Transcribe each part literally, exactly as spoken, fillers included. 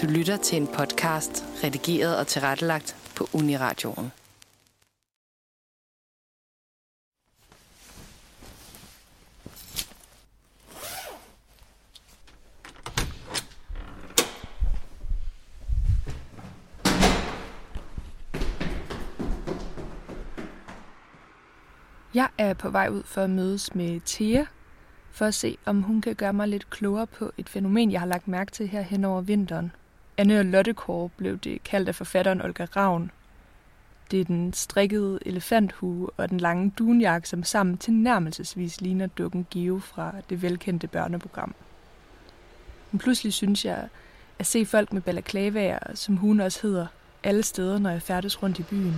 Du lytter til en podcast, redigeret og tilrettelagt på Uniradioen. Jeg er på vej ud for at mødes med Thea, for at se, om hun kan gøre mig lidt klogere på et fænomen, jeg har lagt mærke til her hen over vinteren. Anne og Lottekår blev det kaldt af forfatteren Olga Ravn. Det er den strikkede elefanthue og den lange dunjakke, som sammen tilnærmelsesvis ligner dukken Geo fra det velkendte børneprogram. Men pludselig synes jeg at se folk med balaklavaer, som hun også hedder, alle steder, når jeg færdes rundt i byen.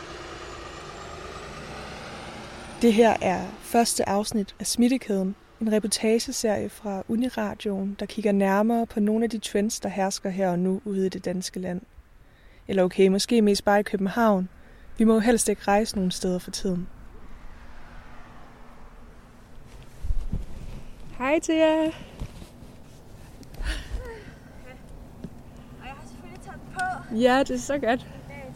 Det her er første afsnit af Smittekæden, en reportageserie fra Uniradioen, der kigger nærmere på nogle af de trends, der hersker her og nu ude i det danske land. Eller okay, måske mest bare i København. Vi må jo helst ikke rejse nogen steder for tiden. Hej Thea! Og jeg har selvfølgelig taget på. Ja, det er så godt.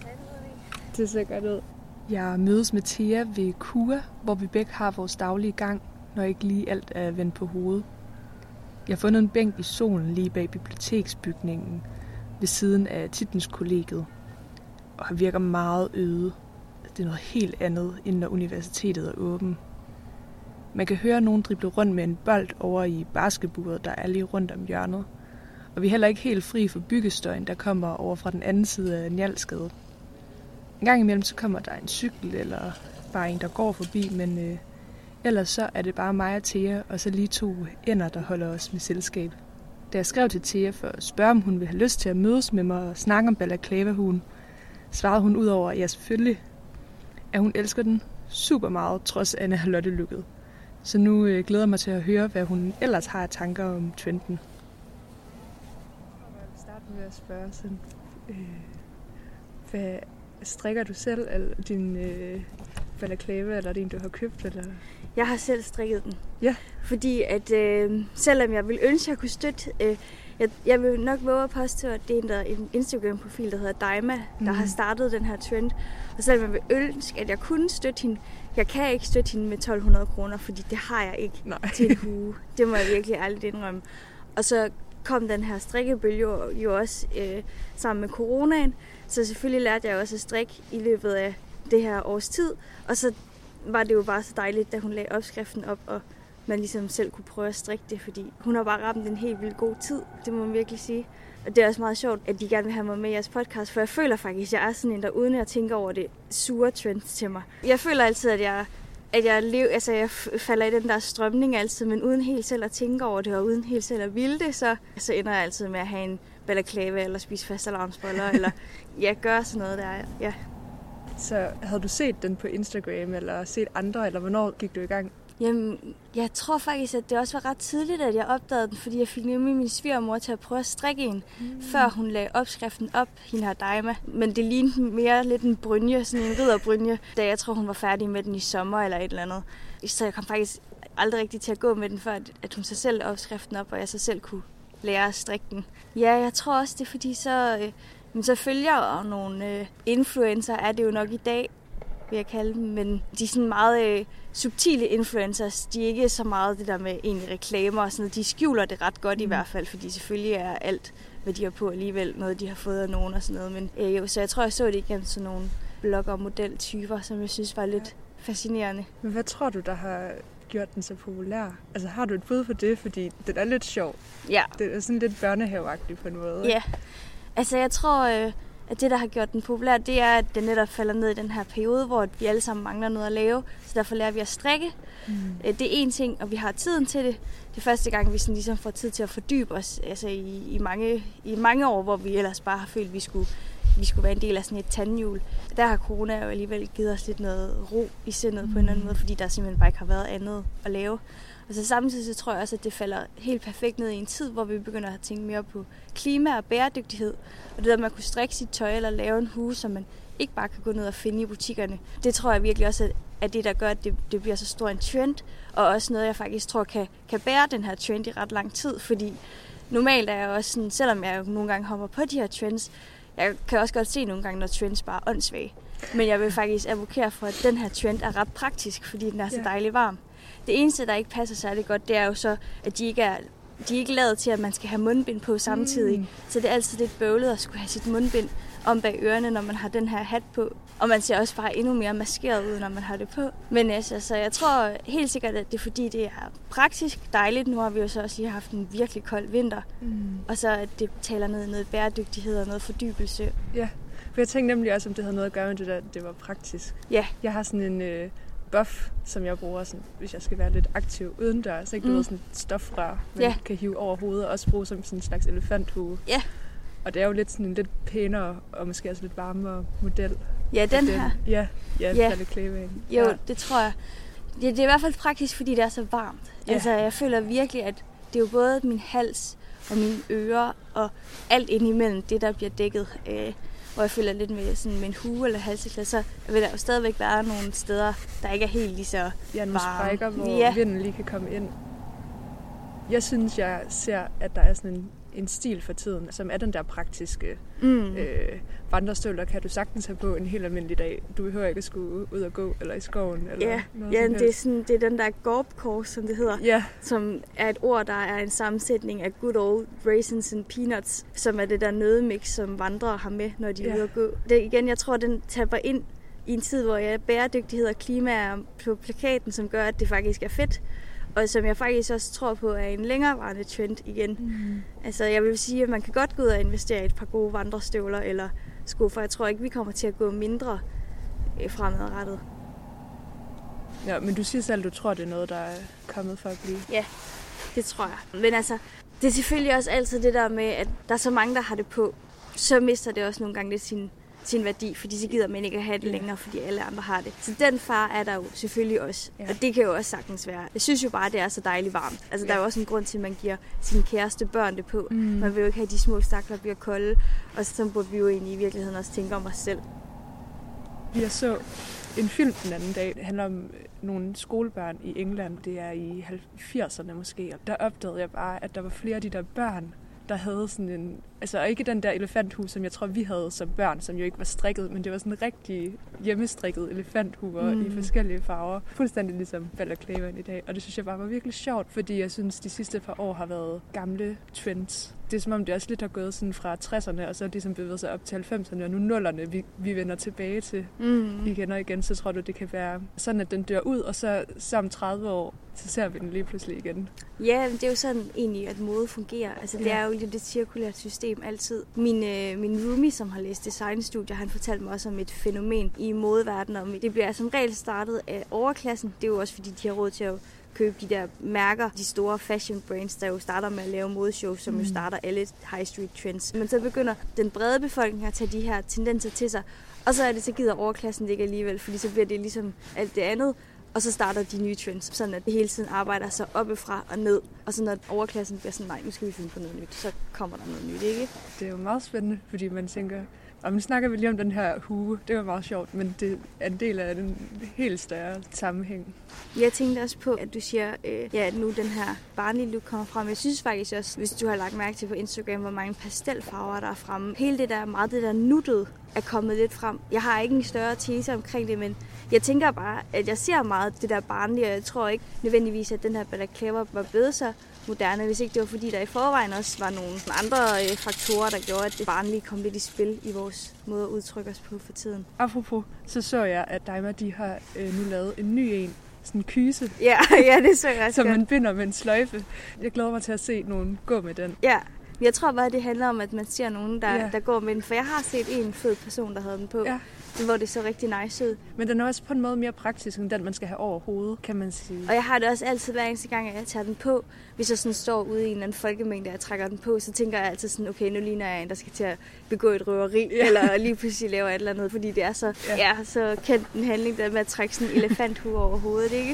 Det ser godt ud. Jeg mødes med Thea ved Kua, hvor vi begge har vores daglige gang, når ikke lige alt er vendt på hovedet. Jeg har fundet en bænk i solen lige bag biblioteksbygningen ved siden af Titenskollegiet, og han virker meget øde. Det er noget helt andet, end når universitetet er åbent. Man kan høre nogen drible rundt med en bold over i basketburet, der er lige rundt om hjørnet. Og vi er heller ikke helt fri for byggestøjen, der kommer over fra den anden side af Njalsgade. En gang imellem så kommer der en cykel, eller bare en, der går forbi, men øh, ellers så er det bare mig og Thea, og så lige to ænder, der holder os med selskab. Da jeg skrev til Thea for at spørge, om hun ville have lyst til at mødes med mig og snakke om balaklava-hugen, svarede hun ud over, at ja, selvfølgelig, at hun elsker den super meget, trods Anne har Lotte lukket. Så nu øh, glæder jeg mig til at høre, hvad hun ellers har af tanker om trenden. Jeg vil starte med at spørge sådan, øh, hvad strikker du selv, eller din øh, balaklava, eller er det en, du har købt? Eller? Jeg har selv strikket den. Ja. Fordi at øh, selvom jeg ville ønske, at jeg kunne støtte, øh, jeg, jeg vil nok våge at påstå, at det er en, der, en Instagram-profil, der hedder Daima, der mm. har startet den her trend. Og selvom jeg vil ønske, at jeg kunne støtte hende, jeg kan ikke støtte hende med tolv hundrede kroner, fordi det har jeg ikke Nej. til en hue. Det må jeg virkelig aldrig indrømme. Og så kom den her strikkebølge jo, jo også øh, sammen med coronaen. Så selvfølgelig lærte jeg også at strikke i løbet af det her års tid. Og så var det jo bare så dejligt, da hun lagde opskriften op, og man ligesom selv kunne prøve at strikke det, fordi hun har bare ramt en helt vildt god tid, det må man virkelig sige. Og det er også meget sjovt, at de gerne vil have mig med i jeres podcast, for jeg føler faktisk, at jeg er sådan en, der uden at tænke over det, suger trends til mig. Jeg føler altid, at jeg, at jeg, lever, altså jeg falder i den der strømning altid, men uden helt selv at tænke over det, og uden helt selv at ville det, så, så ender jeg altid med at have en balaklava, eller spise fastelavnsboller, eller ja, gøre sådan noget der, ja. Så havde du set den på Instagram, eller set andre, eller hvornår gik du i gang? Jamen, jeg tror faktisk, at det også var ret tidligt, at jeg opdagede den, fordi jeg fik nemlig min svigermor til at prøve at strikke en, mm. før hun lagde opskriften op, hende her Daima. Men det lignede mere lidt en brynje, sådan en ridderbrynje, da jeg tror, hun var færdig med den i sommer eller et eller andet. Så jeg kom faktisk aldrig rigtig til at gå med den, før at hun så selv lagde opskriften op, og jeg så selv kunne lære at strikke den. Ja, jeg tror også, det er fordi så, øh, men så følger og nogle øh, influencer er det jo nok i dag, vil jeg kalde dem, men de er sådan meget øh, subtile influencers. De er ikke så meget det der med egentlig reklamer og sådan noget. De skjuler det ret godt mm. i hvert fald, fordi selvfølgelig er alt, hvad de har på alligevel, noget de har fået af nogen og sådan noget. Men øh, jo, så jeg tror, jeg så det igen sådan nogle blogger- og modeltyper, som jeg synes var lidt fascinerende. Men hvad tror du, der har gjort den så populær? Altså har du et bud på det? Fordi den er lidt sjov. Ja. Det er sådan lidt børnehaveagtigt på en måde. Ja. Altså jeg tror, øh, at det, der har gjort den populær, det er, at den netop falder ned i den her periode, hvor vi alle sammen mangler noget at lave. Så derfor lærer vi at strikke. Mm. Det er én ting, og vi har tiden til det. Det er første gang, vi sådan ligesom får tid til at fordybe os altså i, i, mange, i mange år, hvor vi ellers bare har følt, at vi skulle, vi skulle være en del af sådan et tandhjul. Der har corona jo alligevel givet os lidt noget ro i sindet mm. på en eller anden måde, fordi der simpelthen bare ikke har været andet at lave. Og så samtidig så tror jeg også, at det falder helt perfekt ned i en tid, hvor vi begynder at tænke mere på klima og bæredygtighed. Og det der med at kunne strikke sit tøj eller lave en hue, som man ikke bare kan gå ned og finde i butikkerne. Det tror jeg virkelig også er det, der gør, at det, det bliver så stor en trend. Og også noget, jeg faktisk tror kan, kan bære den her trend i ret lang tid. Fordi normalt er jeg også sådan, selvom jeg jo nogle gange hopper på de her trends, jeg kan også godt se nogle gange, når trends bare er åndssvage. Men jeg vil faktisk advokere for, at den her trend er ret praktisk, fordi den er så dejlig varm. Det eneste, der ikke passer særlig godt, det er jo så, at de ikke er, de er ikke lavet til, at man skal have mundbind på samtidig. Mm. Så det er altid lidt bøvlet at skulle have sit mundbind om bag ørerne, når man har den her hat på. Og man ser også bare endnu mere maskeret ud, når man har det på. Men altså, så jeg tror helt sikkert, at det er fordi, det er praktisk dejligt. Nu har vi jo så også lige haft en virkelig kold vinter. Mm. Og så at det taler ned i noget bæredygtighed og noget fordybelse. Ja, for jeg tænkte nemlig også, om det havde noget at gøre med det der, det var praktisk. Ja. Jeg har sådan en øh, buff, som jeg bruger, sådan, hvis jeg skal være lidt aktiv udendørs. Ikke? Du mm. ved, sådan et stofrør, man ja. kan hive over hovedet og også bruge som sådan en slags elefanthue. Ja. Og det er jo lidt sådan en lidt pænere og måske også lidt varmere model. Ja, den, den her. Ja, ja, ja. Ballet Clay-Van. Jo, ja. det tror jeg. Ja, det er i hvert fald praktisk, fordi det er så varmt. Ja. Altså, jeg føler virkelig, at det er jo både min hals og mine ører og alt indimellem det, der bliver dækket. Øh, hvor jeg føler lidt med, sådan, med en hue eller halseklæde, så vil der jo stadigvæk være nogle steder, der ikke er helt lige så ja, nogle varme. sprækker, hvor ja. vinden lige kan komme ind. Jeg synes, jeg ser, at der er sådan en en stil for tiden, som er den der praktiske mm. øh, vandrestøvler, kan du sagtens have på en helt almindelig dag. Du behøver ikke at skulle ud og gå, eller i skoven, eller ja. noget ja, som det er, sådan, det er den der gorpkors, som det hedder, ja. som er et ord, der er en sammensætning af good old raisins and peanuts, som er det der nødemix, som vandrere har med, når de er ja. ude at gå. Det, igen, jeg tror, den tapper ind i en tid, hvor ja, bæredygtighed og klima er på plakaten, som gør, at det faktisk er fedt. Og som jeg faktisk også tror på er en længerevarende trend igen. Mm. Altså jeg vil sige, at man kan godt gå ud og investere i et par gode vandrestøvler eller sko, for jeg tror ikke, vi kommer til at gå mindre fremadrettet. Ja, men du siger selv, at du tror, det er noget, der er kommet for at blive. Ja, det tror jeg. Men altså, det er selvfølgelig også altid det der med, at der er så mange, der har det på. Så mister det også nogle gange lidt sin sin værdi, fordi så gider man ikke at have det yeah. længere, fordi alle andre har det. Så den far er der jo selvfølgelig også, yeah. og det kan jo også sagtens være. Jeg synes jo bare, at det er så dejligt varmt. Altså, yeah. der er jo også en grund til, at man giver sin kæreste børn det på. Mm. Man vil jo ikke have, de små stakler bliver kolde, og så burde vi jo egentlig i virkeligheden også tænke om os selv. Jeg så en film den anden dag, det handler om nogle skolebørn i England, det er i firserne måske, og der opdagede jeg bare, at der var flere af de der børn, der havde sådan en, altså ikke den der elefanthue, som jeg tror, vi havde som børn, som jo ikke var strikket, men det var sådan en rigtig hjemmestrikket elefanthuer mm. i forskellige farver. Fuldstændig ligesom Ballet Clay-Van i dag. Og det synes jeg bare var virkelig sjovt, fordi jeg synes, de sidste par år har været gamle trends. Det er som om, det også lidt har gået sådan fra tresserne, og så ligesom bevæget sig op til halvfemserne, og nu nullerne, vi, vi vender tilbage til mm. igen og igen. Så tror du, det kan være sådan, at den dør ud, og så, så om tredive år, så ser vi den lige pludselig igen. Ja, det er jo sådan egentlig, at mode fungerer. Altså, det ja. er jo lidt et cirkulært system altid. Min, øh, min roomie, som har læst designstudier, han fortalte mig også om et fænomen i modeverdenen. Og det bliver som regel startet af overklassen. Det er jo også, fordi de har råd til at købe de der mærker, de store fashion brands, der jo starter med at lave modeshows, som mm. jo starter alle high street trends. Men så begynder den brede befolkning at tage de her tendenser til sig. Og så er det så gider overklassen det ikke alligevel, fordi så bliver det ligesom alt det andet. Og så starter de nye trends, sådan at det hele tiden arbejder sig oppefra og ned. Og så når overklassen bliver sådan, nej, nu skal vi finde på noget nyt, så kommer der noget nyt, ikke? Det er jo meget spændende, fordi man tænker, og nu snakker vi lige om den her hue, det var meget sjovt, men det er en del af den helt større sammenhæng. Jeg tænkte også på, at du siger, øh, ja, at nu den her barnlige look kommer frem. Jeg synes faktisk også, hvis du har lagt mærke til på Instagram, hvor mange pastelfarver der er fremme. Hele det der, meget det der nuttede er kommet lidt frem. Jeg har ikke en større tese omkring det, men jeg tænker bare, at jeg ser meget det der barnlige, og jeg tror ikke nødvendigvis, at den her Ballet Clay-Van var blevet så moderne, hvis ikke det var fordi, der i forvejen også var nogle andre øh, faktorer, der gjorde, at det barnlige kom lidt i spil i vores måde at udtrykke os på for tiden. Apropos, så så jeg, at Daima, de har øh, nu lavet en ny en, sådan en kyse, ja, ja, det så jeg også som godt. Man binder med en sløjfe. Jeg glæder mig til at se nogen gå med den. Ja, jeg tror bare, det handler om, at man ser nogen, der, ja. der går med den, for jeg har set en fed person, der havde den på. Ja. Hvor det så rigtig nice ud. Men den er også på en måde mere praktisk, end den, man skal have over hovedet, kan man sige. Og jeg har det også altid hver eneste gang, at jeg tager den på. Hvis jeg sådan står ude i en eller anden folkemængde, og jeg trækker den på, så tænker jeg altid sådan, okay, nu ligner jeg en, der skal til at begå et røveri, ja. Eller lige pludselig lave et eller andet, fordi det er så, ja. Ja, så kendt en handling, der med at trække sådan en elefanthue over hovedet, ikke?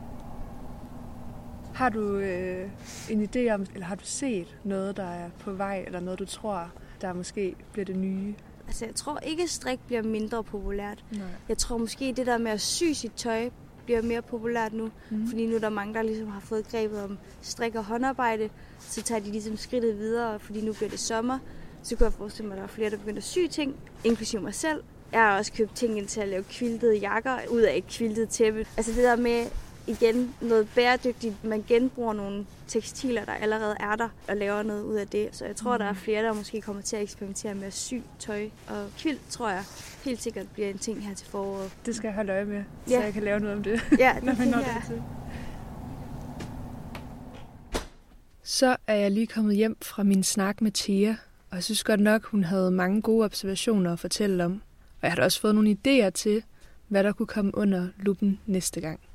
Har du øh, en idé om, eller har du set noget, der er på vej, eller noget, du tror, der måske bliver det nye? Altså, jeg tror ikke, at strik bliver mindre populært. Nej. Jeg tror måske, det der med at sy sit tøj bliver mere populært nu. Mm. Fordi nu er der mange, der ligesom har fået grebet om strik og håndarbejde. Så tager de ligesom skridtet videre, fordi nu bliver det sommer. Så kunne jeg forestille mig, at der er flere, der begynder at sy ting, inklusive mig selv. Jeg har også købt ting ind til at lave quiltede jakker ud af et quiltet tæppe. Altså det der med igen noget bæredygtigt. Man genbruger nogle tekstiler, der allerede er der, og laver noget ud af det. Så jeg tror, mm. der er flere, der måske kommer til at eksperimentere med at sy tøj. Og kvilt, tror jeg, helt sikkert bliver en ting her til foråret. Det skal jeg holde øje med, så ja. jeg kan lave noget om det, ja, når man når det til. Så er jeg lige kommet hjem fra min snak med Thea, og jeg synes godt nok, hun havde mange gode observationer at fortælle om. Og jeg har også fået nogle idéer til, hvad der kunne komme under luppen næste gang.